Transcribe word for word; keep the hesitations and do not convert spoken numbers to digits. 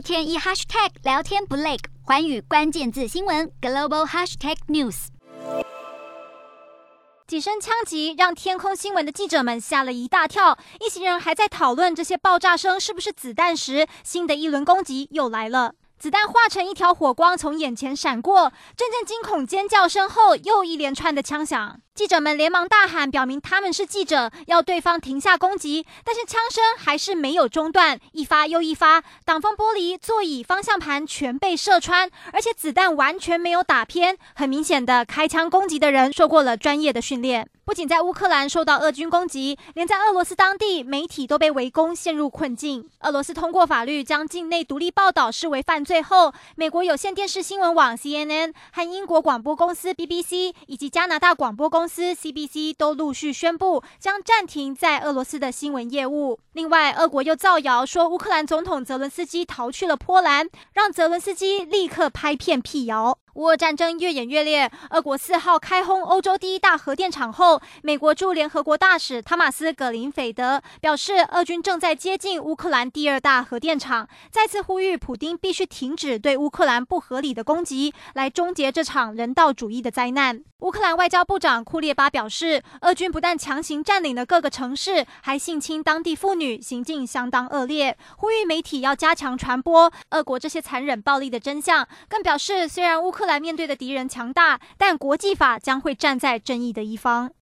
天一 hashtag 聊天不累，寰宇关键字新闻 global hashtag news。 几声枪击让天空新闻的记者们吓了一大跳，一行人还在讨论这些爆炸声是不是子弹时，新的一轮攻击又来了。子弹化成一条火光从眼前闪过，阵阵惊恐尖叫声后，又一连串的枪响。记者们连忙大喊，表明他们是记者，要对方停下攻击。但是枪声还是没有中断，一发又一发，挡风玻璃、座椅、方向盘全被射穿，而且子弹完全没有打偏。很明显的，开枪攻击的人受过了专业的训练。不仅在乌克兰受到俄军攻击，连在俄罗斯当地，媒体都被围攻，陷入困境。俄罗斯通过法律将境内独立报道视为犯罪后，美国有线电视新闻网 C N N 和英国广播公司 B B C 以及加拿大广播公司 C B C 都陆续宣布将暂停在俄罗斯的新闻业务。另外，俄国又造谣说乌克兰总统泽伦斯基逃去了波兰，让泽伦斯基立刻拍片辟谣。乌俄战争越演越烈，俄国四号开轰欧洲第一大核电厂后，美国驻联合国大使汤马斯·葛林菲德表示，俄军正在接近乌克兰第二大核电厂，再次呼吁普丁必须停止对乌克兰不合理的攻击，来终结这场人道主义的灾难。乌克兰外交部长库列巴表示，俄军不但强行占领了各个城市，还性侵当地妇女，行径相当恶劣，呼吁媒体要加强传播俄国这些残忍暴力的真相，更表示虽然乌克兰面对的敌人强大，但国际法将会站在正义的一方。